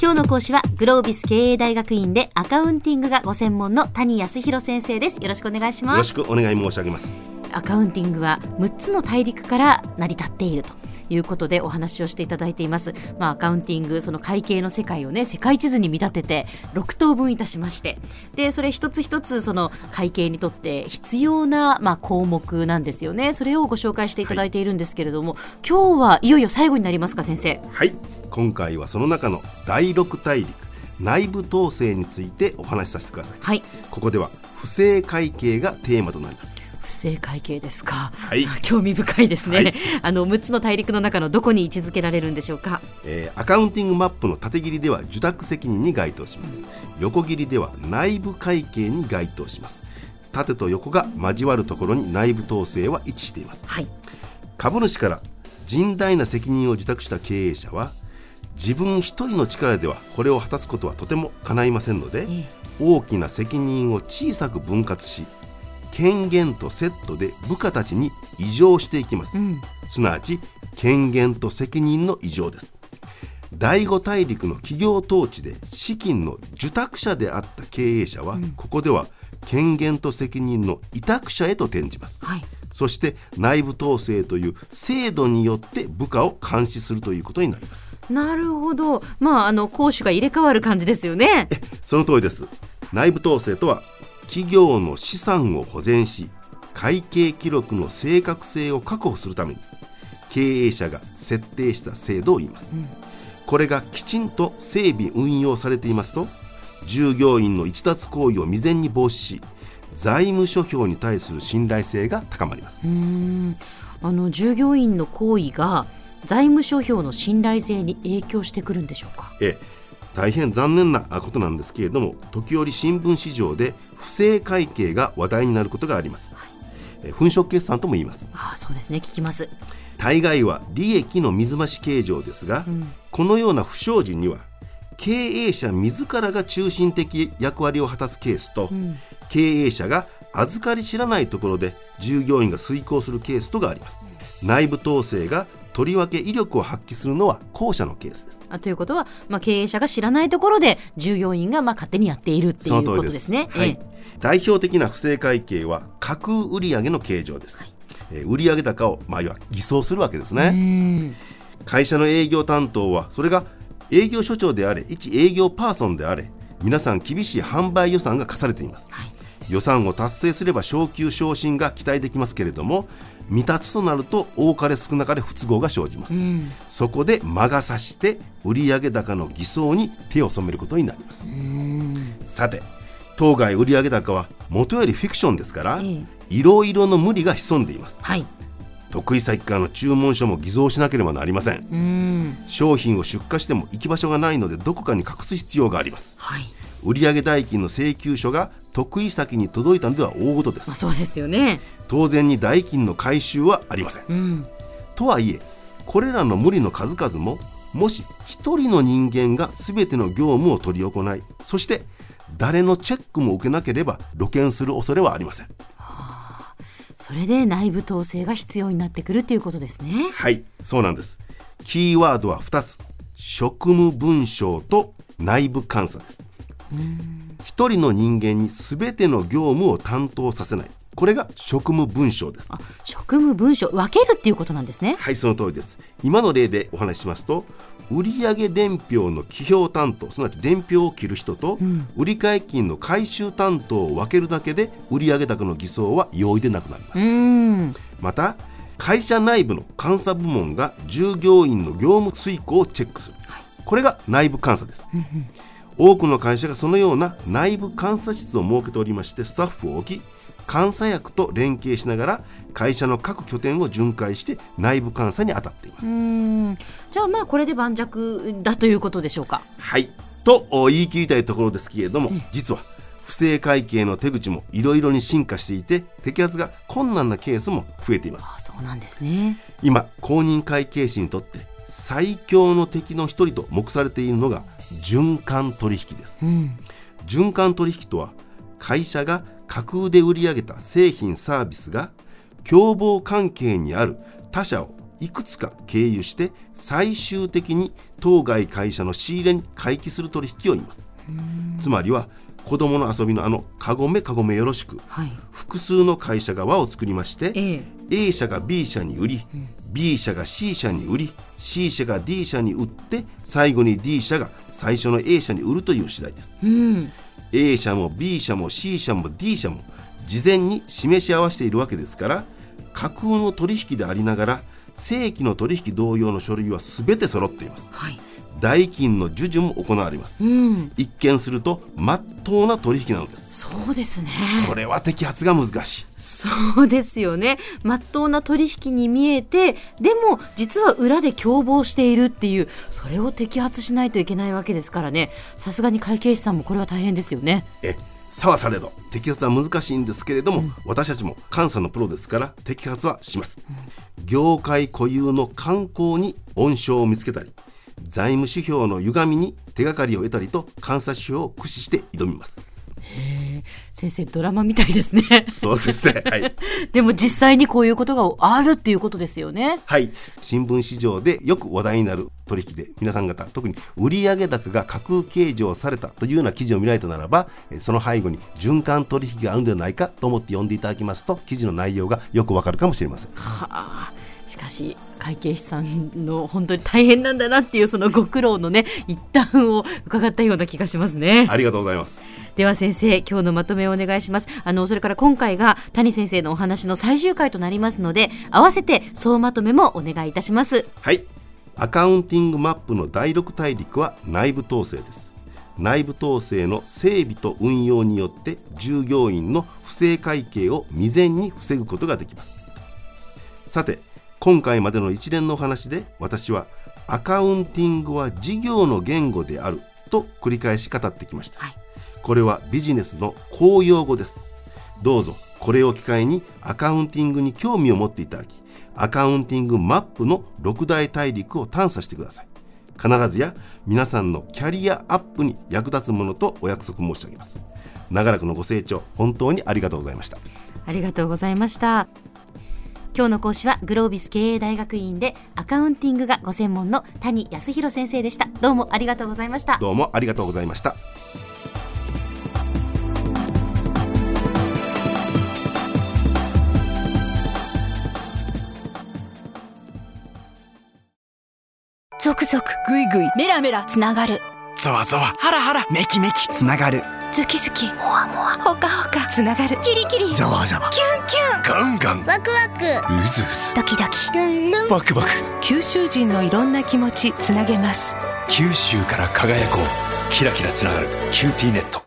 今日の講師はグロービス経営大学院でアカウンティングがご専門の谷康弘先生です。よろしくお願いします。 よろしくお願い申し上げます。 アカウンティングは6つの大陸から成り立っているということでお話をしていただいています。アカウンティング、その会計の世界をね、世界地図に見立てて6等分いたしまして、でそれ一つ一つその会計にとって必要な、項目なんですよね。それをご紹介していただいているんですけれども、今日はいよいよ最後になりますか、先生。 はい、今回はその中の第6大陸内部統制についてお話しさせてください。 はい、 ここでは不正会計がテーマとなります。 不正会計ですか。 はい、 興味深いですね。 はい、 6つの大陸の中のどこに位置づけられるんでしょうか。 アカウンティングマップの縦切りでは受託責任に該当します。横切りでは内部会計に該当します。縦と横が交わるところに内部統制は位置しています。 はい、 株主から甚大な責任を受託した経営者は自分一人の力ではこれを果たすことはとても叶いませんので、大きな責任を小さく分割し権限とセットで部下たちに移譲していきます。すなわち権限と責任の移譲です。第5大陸の企業統治で資金の受託者であった経営者は、ここでは権限と責任の委託者へと転じます。 はい、 そして内部統制という制度によって部下を監視するということになります。 なるほど。攻守が入れ替わる感じですよね。 その通りです。内部統制とは企業の資産を保全し会計記録の正確性を確保するために経営者が設定した制度を言います。これがきちんと整備運用されていますと、従業員の逸脱行為を未然に防止し財務諸表に対する信頼性が高まります。 従業員の行為が財務諸表の信頼性に影響してくるんでしょうか。 大変残念なことなんですけれども、時折新聞市場で不正会計が話題になることがあります。粉飾決算とも言います。 そうですね、聞きます。 大概は利益の水増し計上ですが、このような不祥事には経営者自らが中心的役割を果たすケースと、経営者が預かり知らないところで従業員が遂行するケースとがあります。内部統制がとりわけ威力を発揮するのは後者のケースです。 ということは、経営者が知らないところで従業員が勝手にやっているっていうことですね。 はい、代表的な不正会計は架空売上の計上です。売上高を、いわば偽装するわけですね。会社の営業担当はそれが営業所長であれ一営業パーソンであれ皆さん厳しい販売予算が課されています。予算を達成すれば昇給昇進が期待できますけれども、未達となると多かれ少なかれ不都合が生じます。そこで魔が差して売上高の偽装に手を染めることになります。さて、当該売上高は元よりフィクションですから、いろいろの無理が潜んでいます。得意先からの注文書も偽造しなければなりません。商品を出荷しても行き場所がないのでどこかに隠す必要があります。売上代金の請求書が得意先に届いたのでは大事です。 そうですよね。 当然に代金の回収はありません。とはいえこれらの無理の数々も、もし一人の人間が全ての業務を取り行い、そして誰のチェックも受けなければ露見する恐れはありません。 それで内部統制が必要になってくるということですね。 はい、そうなんです。キーワードは2つ、職務文書と内部監査です。一人の人間に全ての業務を担当させない、これが職務文書です。 職務文書、分けるっていうことなんですね。 はい、その通りです。今の例でお話ししますと、売上伝票の記表担当、すなわち伝票を切る人と、売替金の回収担当を分けるだけで売上高の偽装は容易でなくなります。また会社内部の監査部門が従業員の業務遂行をチェックする、これが内部監査です。多くの会社がそのような内部監査室を設けておりまして、スタッフを置き監査役と連携しながら会社の各拠点を巡回して内部監査に当たっています。 じゃあこれで盤石だということでしょうか。 はいと言い切りたいところですけれども、実は不正会計の手口もいろいろに進化していて、摘発が困難なケースも増えています。 そうなんですね。 今公認会計士にとって最強の敵の一人と目されているのが循環取引です。循環取引とは、会社が架空で売り上げた製品サービスが共謀関係にある他社をいくつか経由して最終的に当該会社の仕入れに回帰する取引を言います。つまりは子どもの遊びのカゴメよろしく、はい、複数の会社が輪を作りまして、A 社が B 社に売り、B 社が C 社に売り、C 社が D 社に売って、最後に D 社が最初の A 社に売るという次第です。A 社も B 社も C 社も D 社も事前に示し合わせているわけですから、架空の取引でありながら正規の取引同様の書類は全て揃っています。はい、代金の授受も行われます。一見すると真っ当な取引なのです。 そうですね。 これは摘発が難しい。 そうですよね。真っ当な取引に見えて、でも実は裏で共謀しているっていう、それを摘発しないといけないわけですからね。さすがに会計士さんもこれは大変ですよね。 さはされど摘発は難しいんですけれども、私たちも監査のプロですから摘発はします。業界固有の慣行に温床を見つけたり、財務指標の歪みに手がかりを得たりと監査指標を駆使して挑みます。 先生、ドラマみたいですね。 そうですね、はい、 でも実際にこういうことがあるっていうことですよね。 はい、新聞市場でよく話題になる取引で、皆さん方特に売上高が架空計上されたというような記事を見られたならば、その背後に循環取引があるのではないかと思って読んでいただきますと、記事の内容がよくわかるかもしれません。 しかし会計士さんの本当に大変なんだなっていう、そのご苦労のね一端を伺ったような気がしますね。 ありがとうございます。 では先生、今日のまとめをお願いします。それから今回が谷先生のお話の最終回となりますので、合わせて総まとめもお願いいたします。 はい、アカウンティングマップの第6大陸は内部統制です。内部統制の整備と運用によって従業員の不正会計を未然に防ぐことができます。さて、今回までの一連のお話で、私はアカウンティングは事業の言語であると繰り返し語ってきました。これはビジネスの公用語です。どうぞこれを機会にアカウンティングに興味を持っていただき、アカウンティングマップの6大大陸を探査してください。必ずや皆さんのキャリアアップに役立つものとお約束申し上げます。長らくのご清聴本当にありがとうございました。 ありがとうございました。今日の講師はグロービス経営大学院でアカウンティングがご専門の谷康弘先生でした。どうもありがとうございました。 どうもありがとうございました。 ゾクゾクグイグイメラメラつながる、 ゾワゾワハラハラメキメキつながる、 ズキズキモワモワホカホカつながる、キリキリザワザワキュンキュンガンガンワクワクウズウズドキドキルンルンバクバク、 九州人のいろんな気持ちつなげます。 九州から輝こう、キラキラつながるキューティーネット。